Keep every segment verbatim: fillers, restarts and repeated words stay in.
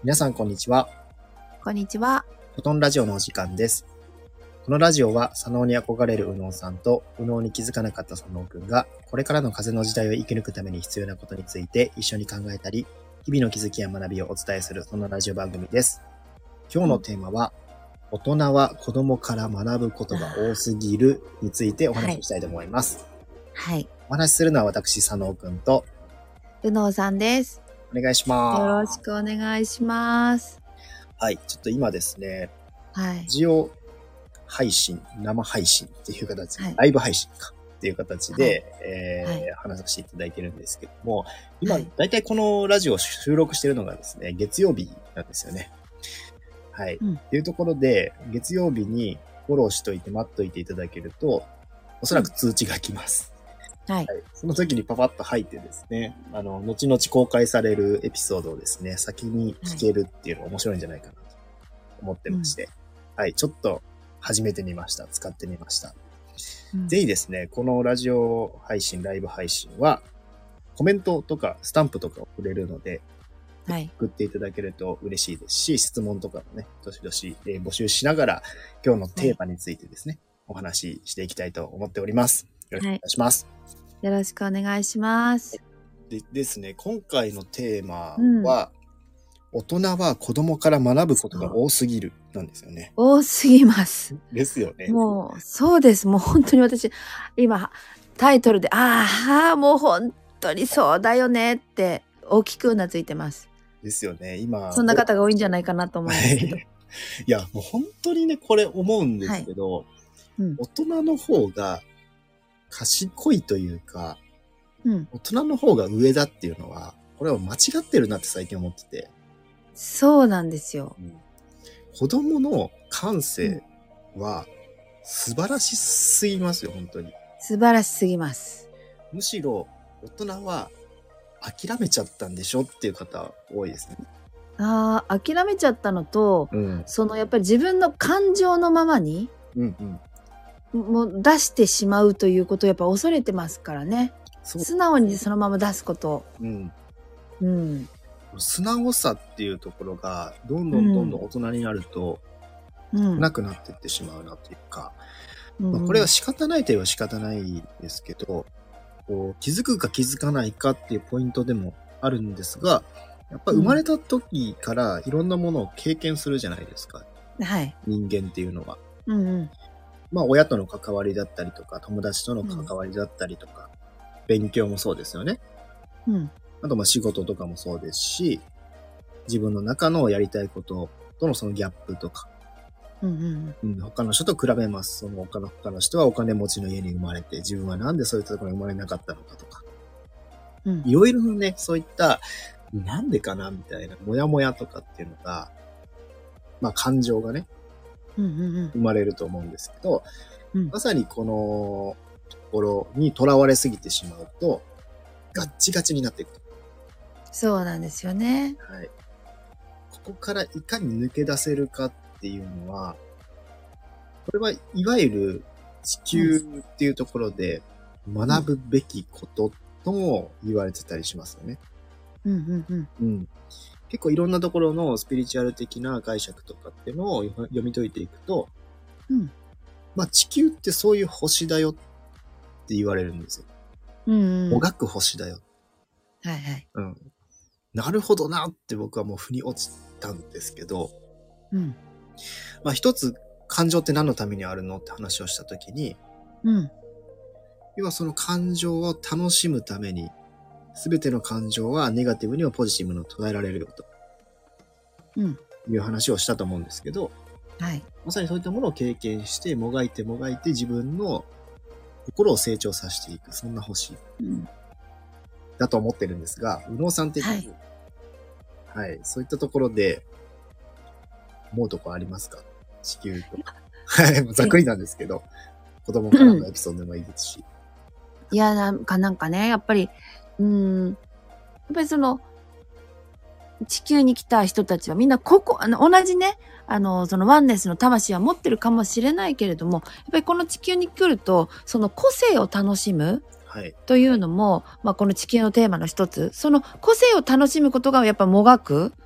皆さんこんにちは。 こんにちは。 フォトンラジオのお時間です。このラジオは、左脳に憧れる右脳さんと、右脳に気づかなかった左脳くんが、これからの風の時代を生き抜くために必要なことについて一緒に考えたり、日々の気づきや学びをお伝えする、そんなラジオ番組です。今日のテーマは、大人は子供から学ぶことが多すぎるについてお話ししたいと思います。 はい。 お話しするのは私、左脳くんと、 右脳さんです。 お願いします。 よろしくお願いします。 はい。ちょっと今ですね、 はい。 ラジオ配信、生配信っていう形、 はい、 ライブ配信かっていう形で、はいえーはい、話させていただいてるんですけども、今、はい、だいたいこのラジオを収録してるのがですね、月曜日なんですよね。はい。うん、っていうところで、月曜日にフォローしといて待っといていただけると、おそらく通知が来ます。うんはいはい、その時にパパッと入ってですね、あの、後々公開されるエピソードをですね、先に聞けるっていうのが面白いんじゃないかなと思ってまして、うん、はい、ちょっと始めてみました。使ってみました。うん、ぜひですね、このラジオ配信、ライブ配信は、コメントとかスタンプとかをくれるので、はい、送っていただけると嬉しいですし、質問とかもね、どしどし、えー、募集しながら、今日のテーマについてですね、はい、お話ししていきたいと思っております。よろしくお願いします。 はい、よろしくお願いします。 でですね、今回のテーマは、うん、大人は子供から学ぶことが多すぎるなんですよね。 多すぎます。 ですよね。 もう、そうです。もう本当に私、今、タイトルで、ああ、もう本当にそうだよねって大きくうなずいてます。 ですよね。今。 そんな方が多いんじゃないかなと思うんですけど。いや、もう本当にね、これ思うんですけど、はいうん、大人の方が賢いというか、うん、大人の方が上だっていうのは、これは間違ってるなって最近思ってて。 そうなんですよ。うん、 子供の感性は素晴らしすぎますよ、本当に。 素晴らしすぎます。 むしろ大人は諦めちゃったんでしょっていう方多いですね。 ああ、諦めちゃったのと、うん、そのやっぱり自分の感情のままに、うんうん、もう出してしまうということをやっぱ恐れてますからね。素直にそのまま出すこと。うん。 うん。素直さっていうところが、どんどんどんどん大人になると、なくなっていってしまうなというか、うんまあ、これは仕方ないといえば仕方ないですけど、こう気づくか気づかないかっていうポイントでもあるんですが、やっぱ生まれた時からいろんなものを経験するじゃないですか。 はい。 人間っていうのは。 うんうん。 まあ親との関わりだったりとか、友達との関わりだったりとか、うん、勉強もそうですよね。うん。あとまあ仕事とかもそうですし、自分の中のやりたいこととのそのギャップとか、うんうんうん、他の人と比べます。その他の他の人はお金持ちの家に生まれて、自分はなんでそういったところに生まれなかったのかとか、いろいろね、そういった、なんでかなみたいな、もやもやとかっていうのが、まあ感情がね、うんうんうん、生まれると思うんですけど、うん、まさにこのところにとらわれすぎてしまうと、ガッチガチになっていく。 そうなんですよね。 はい。ここからいかに抜け出せるかっていうのは、これはいわゆる地球っていうところで学ぶべきこととも言われてたりしますよね。うんうんうんうん、結構いろんなところのスピリチュアル的な解釈とかっていうのを読み解いていくと、うん、まあ地球ってそういう星だよって言われるんですよ。うんうん、もがく星だよ。 はいはい。 うん。なるほどなって僕はもう腑に落ちたんですけど、うん。まあ一つ感情って何のためにあるのって話をしたときに、うん。要はその感情を楽しむために、すべての感情はネガティブにもポジティブにも捉えられるよと。うん。いう話をしたと思うんですけど、はい。まさにそういったものを経験して、もがいてもがいて自分の心を成長させていく、そんな星。うん。だと思ってるんですが、右脳さん的に、はい、はい、そういったところで思うところありますか？地球と。はい、ざっくりなんですけど、子供からのエピソードでもいいですし。 うん、いや、なんかなんかね、やっぱり、うーん、やっぱりその、地球に来た人たちはみんなここ、あの、同じね、あの、そのワンネスの魂は持ってるかもしれないけれども、やっぱりこの地球に来ると、その個性を楽しむ、はい、というのも、まあ、この地球のテーマの一つ、その個性を楽しむことがやっぱもがく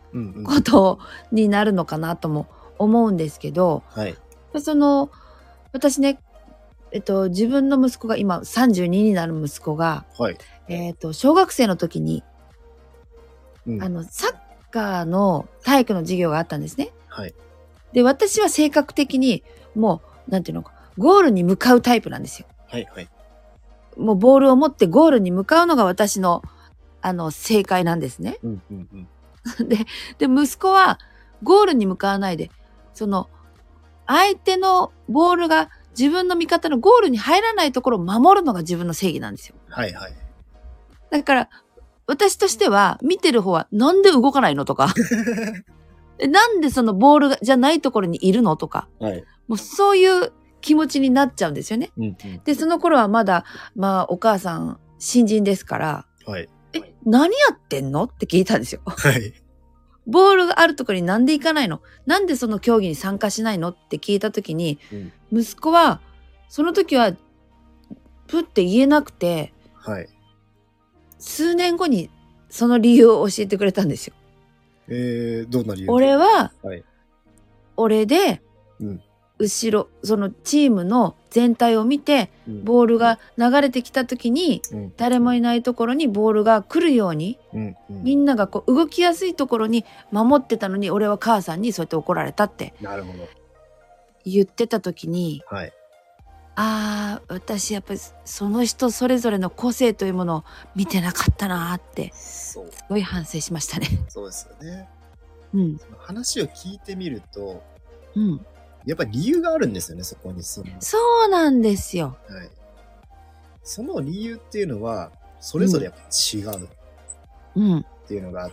ことになるのかなとも思うんですけど、 はい。 その、私ね、えっと、自分の息子が今さんじゅうにになる息子が、 はい。 えっと、小学生の時に、 うん、 あの、サッカーの体育の授業があったんですね。 はい。 で、私は性格的に、もう、なんていうのか、ゴールに向かうタイプなんですよ。 はい、はい。 もうボールを持ってゴールに向かうのが私の、あの、正解なんですね。 うん、うん、うん。 で、で、息子はゴールに向かわないで、その、相手のボールが自分の味方のゴールに入らないところを守るのが自分の正義なんですよ。 はい、はい。 だから、私としては、見てる方は、なんで動かないのとか、なんでそのボールがじゃないところにいるのとか、 はい。 もうそういう気持ちになっちゃうんですよね。 うん、うん。 で、その頃はまだ、まあ、お母さん、新人ですから、 はい。 え、何やってんのって聞いたんですよ。 はい。 ボールがあるところになんで行かないの？なんでその競技に参加しないのって聞いたときに、 うん、 息子は、その時は、プって言えなくて、 はい。 数年後にその理由を教えてくれたんですよ。 えー、どんな理由で？ 俺は、 はい。 俺で、 うん、 後ろ、そのチームの全体を見て、 うん、 ボールが流れてきた時に、 うん、 誰もいないところにボールが来るように、 うん、うん。 みんながこう動きやすいところに守ってたのに、俺は母さんにそうやって怒られたってなるほど。 言ってた時に、 はい。 ああ、私やっぱりその人それぞれの個性というものを見てなかったなーって、 そう。 すごい反省しましたね。 そうですよね。 うん。 その話を聞いてみると、 うん。 やっぱり理由があるんですよね、そこに。その、 そうなんですよ。 はい。その理由っていうのは、それぞれやっぱ違ううん。 っていうのがあって、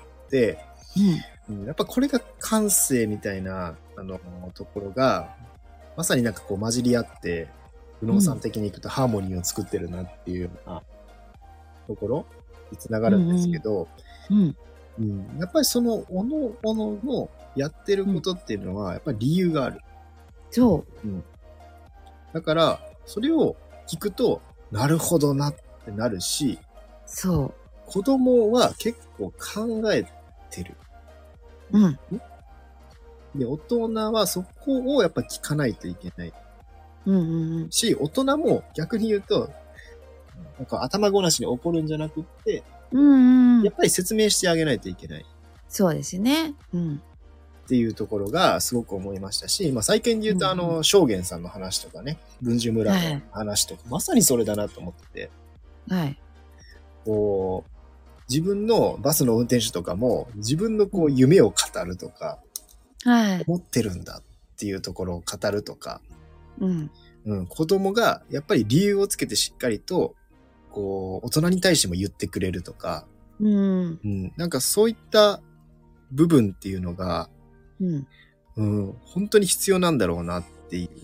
うん。 うん、やっぱこれが感性みたいな、あの、ところが、まさになんかこう混じり合って、右脳さん的にいくとハーモニーを作ってるなっていうようなところにつながるんですけど、 うん。 うん、やっぱりその、おのおののやってることっていうのは、やっぱり理由がある。 そう。うん。だから、それを聞くと、なるほどなってなるし、 そう。 子供は結構考えてる。 うん。 で、大人はそこをやっぱ聞かないといけない。 うんうんうん。 し、大人も逆に言うと、なんか頭ごなしに怒るんじゃなくって、 うんうん。 やっぱり説明してあげないといけない。 そうですね。うん。 っていうところがすごく思いましたし、まあ最近で言うと、 うんあの、正元さんの話とかね、文殊村の話とか、まさにそれだなと思ってて、 はい。 こう、自分のバスの運転手とかも、自分のこう夢を語るとか、 はい。 思ってるんだっていうところを語るとか、 うん。 うん、子供がやっぱり理由をつけてしっかりと、こう、大人に対しても言ってくれるとか、 うん。 うん、なんかそういった部分っていうのが、 うん。 うん、本当に必要なんだろうなっていう。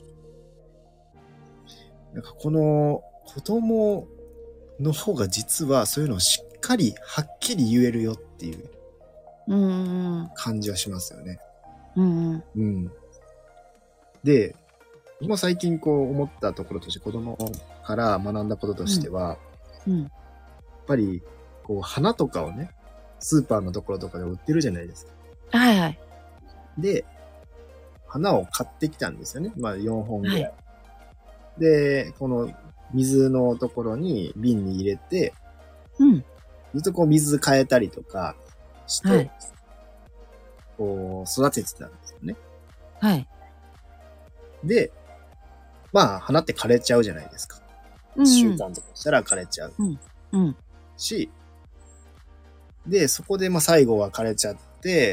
なんかこの子供の方が実はそういうのをしっかりはっきり言えるよっていううん。 感じはしますよね。 うん。 うん。で、もう最近こう思ったところとして子供から学んだこととしては、 うん。 やっぱりこう花とかをね、スーパーのところとかで売ってるじゃないですか。 はいはい。 で、花を買ってきたんですよね。まあよんほんぐらい。 はい。 で、この水のところに瓶に入れて、 うん。 ずっとこう水変えたりとかして、 はい。 こう育ててたんですよね。 はい。 で、まあ花って枯れちゃうじゃないですか。 うん。 週間とかしたら枯れちゃううん。うん。 し、で、そこでまあ最後は枯れちゃって、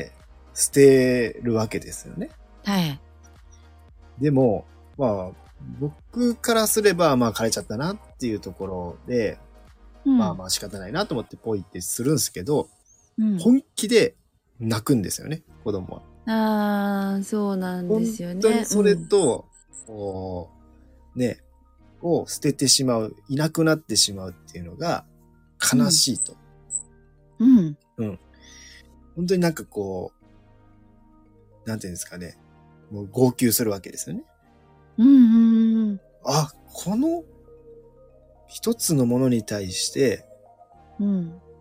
捨てるわけですよね。 はい。 でも、まあ、僕からすれば、まあ枯れちゃったなっていうところで、 うん、 まあまあ仕方ないなと思ってポイってするんですけど、 うん、 本気で泣くんですよね、子供は。 ああ、そうなんですよね。 本当にそれと、うん、こう、ね、を捨ててしまう、いなくなってしまうっていうのが悲しいと。 うん。 うん。本当になんかこう、なんていうんですかね、もう号泣するわけですよね。 うんうんうん。 あ、この一つのものに対して、 うん。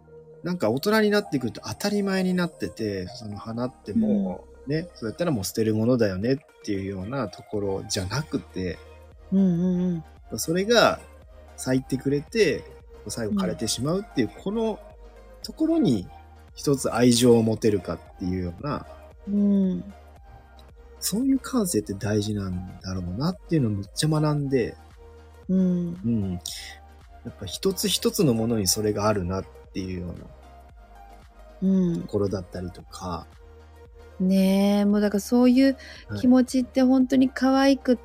なんか大人になってくると当たり前になってて、その花ってもうね、うん、そうやったらもう捨てるものだよねっていうようなところじゃなくて、 うんうんうん、それが咲いてくれて、最後枯れてしまうっていう、うん、このところに一つ愛情を持てるかっていうような、 うん、 そういう感性って大事なんだろうなっていうのをめっちゃ学んで、 うん、うん、やっぱ一つ一つのものにそれがあるなっていうような、うん、ところだったりとか。 ねえ、もうだからそういう気持ちって本当に可愛くって、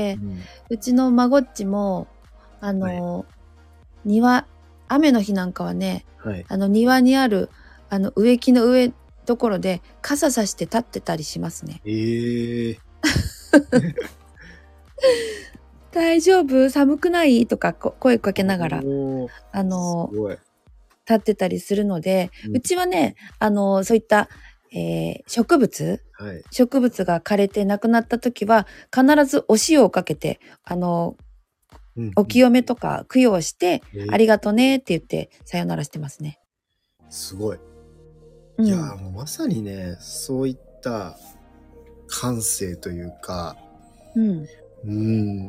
はい、うん、うちの孫っちも、あの、はい、庭、雨の日なんかはね、はい、あの庭にあるあの植木の上ところで傘さして立ってたりしますね。 えー、 大丈夫？寒くない？とか声かけながら、あの、立ってたりするので、うん、うちはね、あの、そういった、えー、植物、はい、植物が枯れてなくなった時は、必ずお塩をかけて、あの、うんうん、お清めとか供養して、えー、ありがとねって言って、さよならしてますね。 すごい。いやー、うん、もうまさにね、そういった感性というか、うん。うん、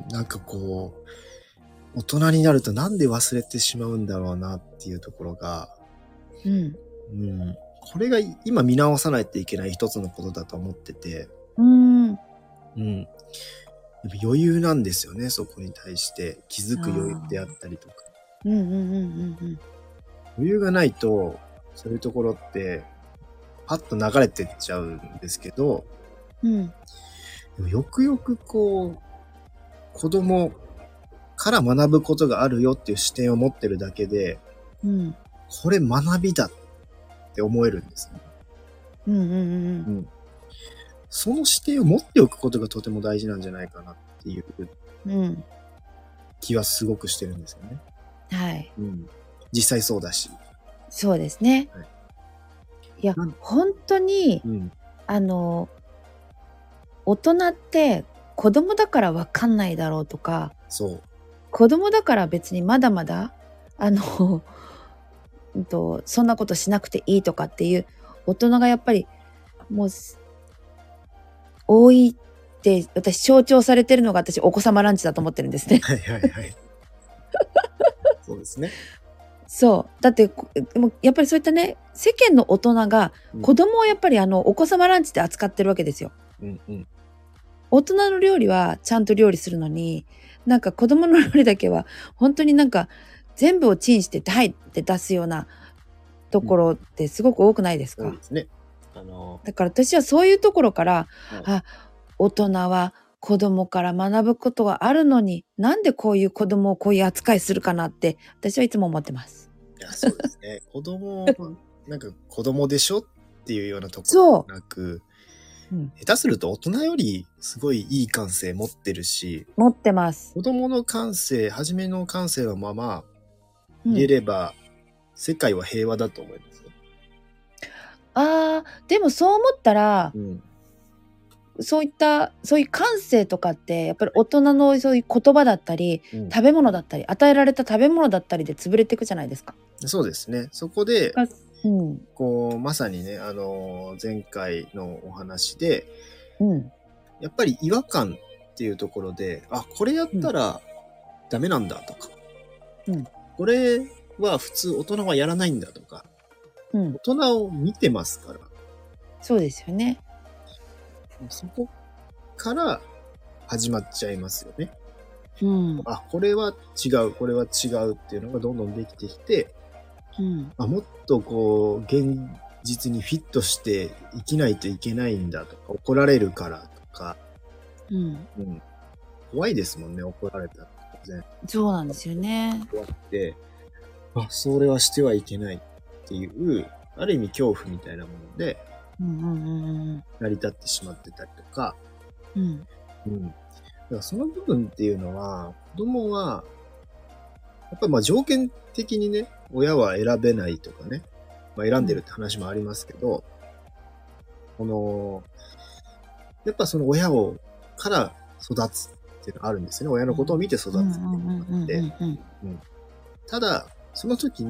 なんかこう、大人になるとなんで忘れてしまうんだろうなっていうところが、うん。うん、これが今見直さないといけない一つのことだと思ってて、うん。うん。やっぱ余裕なんですよね、そこに対して気づく余裕であったりとか。うんうんうんうんうん。余裕がないと、そういうところって、パッと流れてっちゃうんですけど、うん。でもよくよくこう、子供から学ぶことがあるよっていう視点を持ってるだけで、うん、これ学びだって思えるんですね。うんうんうんうん。その視点を持っておくことがとても大事なんじゃないかなっていう気はすごくしてるんですよね。はい。うん、実際そうだし。そうですね。はい、いや、本当に、うん、あの、大人って子供だから分かんないだろうとか、そう。子供だから別にまだまだ、あの、うんと、そんなことしなくていいとかっていう大人がやっぱりもう多いって私象徴されてるのが私お子様ランチだと思ってるんですね。はいはいはい。そうですね。そう。だってもうやっぱりそういったね、世間の大人が子供をやっぱりあのお子様ランチで扱ってるわけですよ。うんうん。大人の料理はちゃんと料理するのに、なんか子供の料理だけは本当になんか全部をチンしてはいって出すようなところってすごく多くないですか？そうですね。あのー、だから私はそういうところから、はい、あ、大人は子供から学ぶことがあるのに、なんでこういう子供をこういう扱いするかなって私はいつも思ってます。いや、そうですね。子供なんか子供でしょっていうようなところなく、うん、下手すると大人よりすごいいい感性持ってるし、持ってます。子供の感性、初めの感性のまま入れれば、うん、世界は平和だと思いますよ。あー、でもそう思ったら、うん、そういったそういう感性とかってやっぱり大人のそういう言葉だったり、うん、食べ物だったり与えられた食べ物だったりで潰れていくじゃないですか。そうですね。そこで、うん、こうまさにね、あのー、前回のお話で、うん、やっぱり違和感っていうところで、あ、これやったらダメなんだとか、うん、これは普通大人はやらないんだとか、うん、大人を見てますから。そうですよね。そこから始まっちゃいますよね。うん、あ、これは違う、これは違うっていうのがどんどんできてきて、うん、あ、もっとこう現実にフィットして生きないといけないんだとか、怒られるからとか、うんうん、怖いですもんね、怒られたら当然。そうなんですよね。怖くて、あ、それはしてはいけないっていう、ある意味恐怖みたいなもので、うんうんうんうん、成り立ってしまってたりとか、うんうん、だからその部分っていうのは、子供は、やっぱりまあ条件的にね、親は選べないとかね、まあ、選んでるって話もありますけど、この、やっぱその親を、から育つっていうのがあるんですよね。親のことを見て育つっていうのがあって。ただ、その時に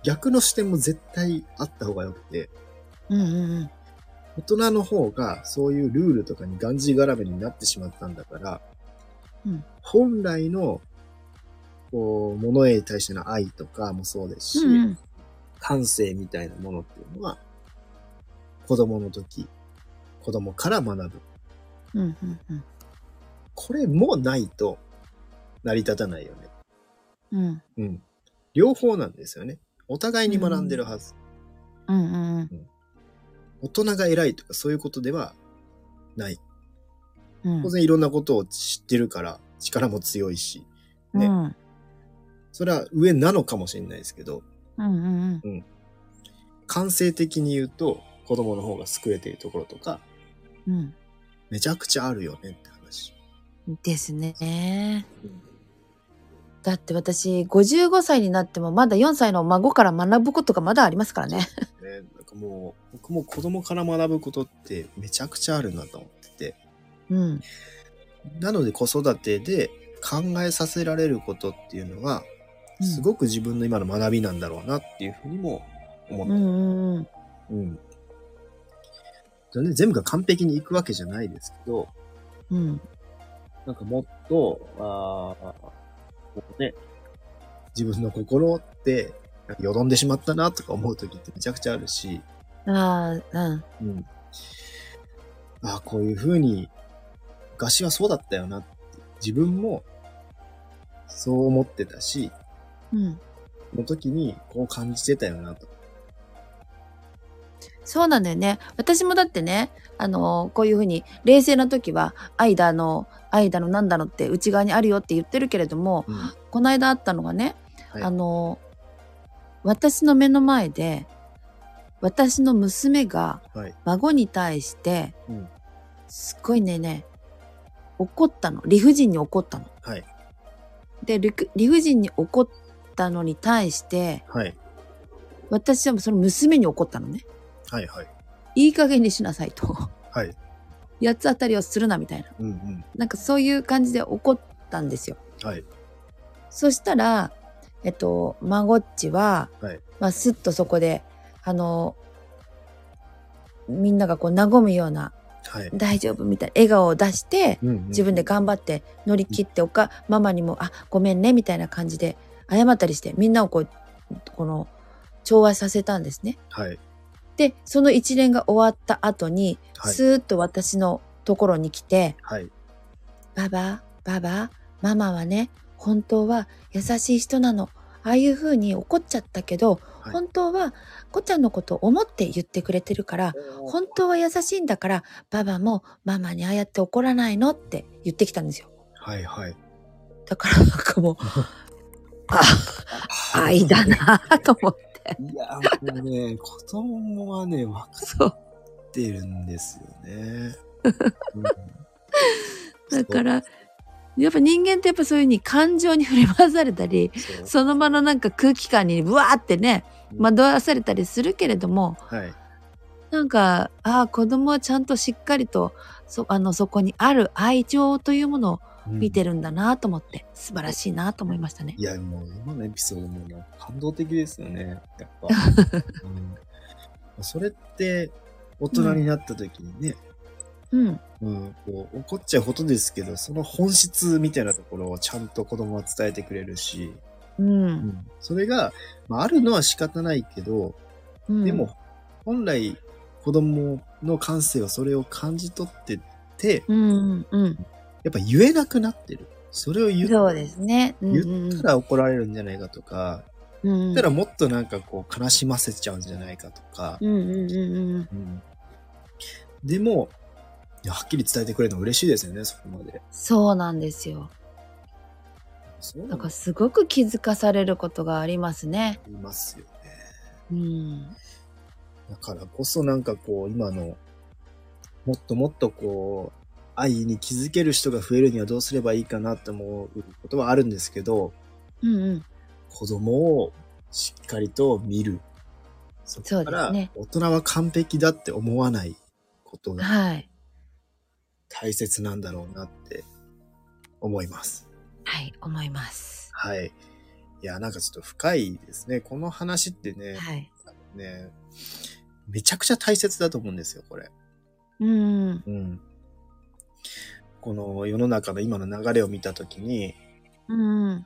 逆の視点も絶対あった方がよくて、 うんうんうん。 大人の方がそういうルールとかにがんじがらめになってしまったんだから、うん、本来のこう物へ対しての愛とかもそうですし、うんうん、感性みたいなものっていうのは子供の時、子供から学ぶ。うんうんうん、これもないと成り立たないよね。うんうん、両方なんですよね。お互いに学んでるはず。うんうんうん、大人が偉いとかそういうことではない。うん、当然いろんなことを知ってるから力も強いし、ね。うん、それは上なのかもしれないですけど、うんうんうんうん、感性的に言うと子供の方が優れているところとか、うん、めちゃくちゃあるよねって話。 ですね。うんだって私ごじゅうごさいになってもまだよんさいの孫から学ぶことがまだありますからね。ね、 なんかもう僕も子供から学ぶことってめちゃくちゃあるなと思ってて、うん、なので子育てで考えさせられることっていうのはすごく自分の今の学びなんだろうなっていうふうにも思って、うんうんうんうん、全部が完璧にいくわけじゃないですけど、うん、なんかもっとあこうね、自分の心ってよどんでしまったなとか思う時ってめちゃくちゃあるし、ああ、うん。うん。ああ、こういう風に昔はそうだったよなって自分もそう思ってたし、うん。その時にこう感じてたよなと。 そうなんだよね。私もだってね、あのー、こういう風に冷静な時は愛だの愛だのなんだのって内側にあるよって言ってるけれども、うん、この間あったのがね、はい、あのー、私の目の前で私の娘が孫に対して、はいうん、すっごいねね怒ったの。理不尽に怒ったの。はい、で理、理不尽に怒ったのに対して、はい、私はその娘に怒ったのね。はいはい。いい加減にしなさいと。はい。八つ当たりをするなみたいな。うんうん。なんかそういう感じで怒ったんですよ。はい。そしたら、えっと、孫っちは、はい、まあ、すっとそこで、あの、みんながこう和むような、はい、大丈夫みたいな笑顔を出して、うんうん、自分で頑張って乗り切っておか、うん、ママにも、あ、ごめんねみたいな感じで謝ったりして、みんなをこう、この、調和させたんですね。はい。で、その一連が終わった後に、はい、スーッと私のところに来て、はい、ババ、ババ、ママはね、本当は優しい人なの。ああいう風に怒っちゃったけど、はい、本当はこちゃんのことを思って言ってくれてるから、本当は優しいんだから、ババもママにああやって怒らないのって言ってきたんですよ。はいはい。だからなんかもう、あ、愛だなと思って。 いや、もうね、子供はね、分かってるんですよね。うん、 だから、やっぱ人間ってやっぱそういう風に感情に振り回されたり、そ, その場のなんか空気感にブワーってね、惑わされたりするけれども、はい、なんか、ああ、子供はちゃんとしっかりと、そ、あの、そこにある愛情というものを見てるんだなと思って、うん、素晴らしいなと思いましたね。 いや、もう今のエピソードも感動的ですよね。やっぱ。うん、それって大人になった時にね、うんうん、こう怒っちゃうことですけど、その本質みたいなところをちゃんと子供は伝えてくれるし、うんうん、それが、まあ、あるのは仕方ないけど、うん、でも本来子供の感性はそれを感じ取ってて、うんうん、やっぱ言えなくなってる。それを言っ、 そうですね、 うんうん、言ったら怒られるんじゃないかとか、うんうん、言ったらもっとなんかこう悲しませちゃうんじゃないかとか、うんうんうんうん、でもいやはっきり伝えてくれるの嬉しいですよね、そこまで。 そうなんですよ。そうなんかすごく気づかされることがありますね。 ありますよね。うん。だからこそなんかこう今のもっともっとこう愛に気づける人が増えるにはどうすればいいかなって思うことはあるんですけど、うんうん、子供をしっかりと見る。そこから大人は完璧だって思わないことが、はい。大切なんだろうなって思います。 はい、思います。 はい。 いや、なんかちょっと深いですね。この話ってね、 はい。 ね、めちゃくちゃ大切だと思うんですよ、これ。 うん。 うん。この世の中の今の流れを見たときに、 うん。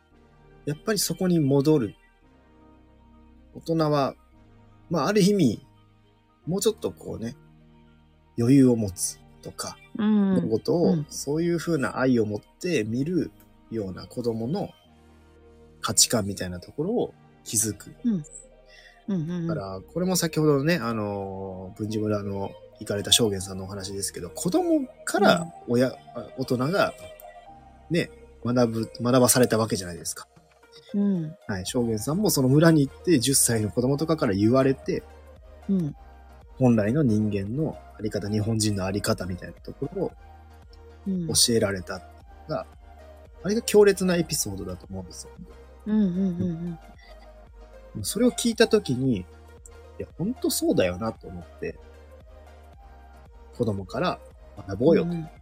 やっぱりそこに戻る。大人は、まあ、ある意味、もうちょっとこうね、余裕を持つとか、 うん。 のことを、 うん。 そういう風な愛を持って見るような子供の価値観みたいなところを気づく。 うん。うん。うん。 だから、これも先ほどね、あの、文治村の行かれた証言さんのお話ですけど、子供から親、大人が、ね、学ぶ、学ばされたわけじゃないですか。 うん。 はい、証言さんもその村に行ってじゅっさいの子供とかから言われて、 うん。 本来の人間のあり方、日本人のあり方みたいなところを教えられたが、うん、あれが強烈なエピソードだと思うんですよ。 うんうんうんうん、それを聞いたときに、いや、本当そうだよなと思って、子供から学ぼうよと。うんうん、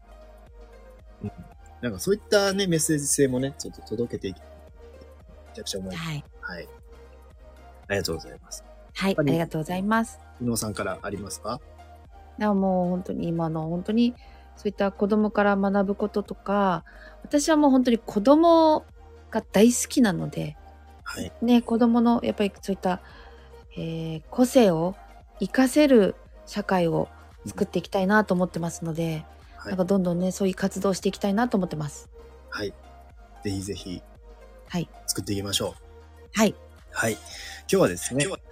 なんかそういったね、メッセージ性もね、ちょっと届けていきめちゃくちゃ思います。はい。はい。ありがとうございます。 はい、ありがとうございます。 伊野さんからありますか？ いや、もう本当に今の本当にそういった子供から学ぶこととか、私はもう本当に子供が大好きなので、はい、ね、子供のやっぱりそういった、えー、個性を活かせる社会を作っていきたいなと思ってますので、うん、なんかどんどんね、そういう活動していきたいなと思ってます。 はい。ぜひぜひ、 はい。 作っていきましょう。 はい。 はい。今日はですね、はい。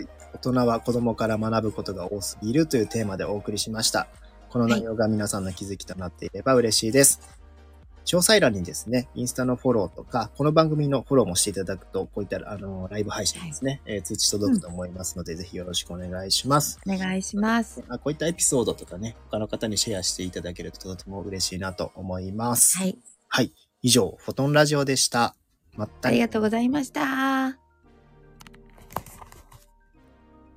大人は子供から学ぶことが多すぎるというテーマでお送りしました。この内容が皆さんの気づきとなっていれば嬉しいです。はい、詳細欄にですね、インスタのフォローとか、この番組のフォローもしていただくと、こういったあのライブ配信ですね、はい、えー、通知届くと思いますので、うん、ぜひよろしくお願いします。 お願いします。 こういったエピソードとかね、他の方にシェアしていただけるととても嬉しいなと思います。 はい。 はい。以上、フォトンラジオでした。また。 ありがとうございました。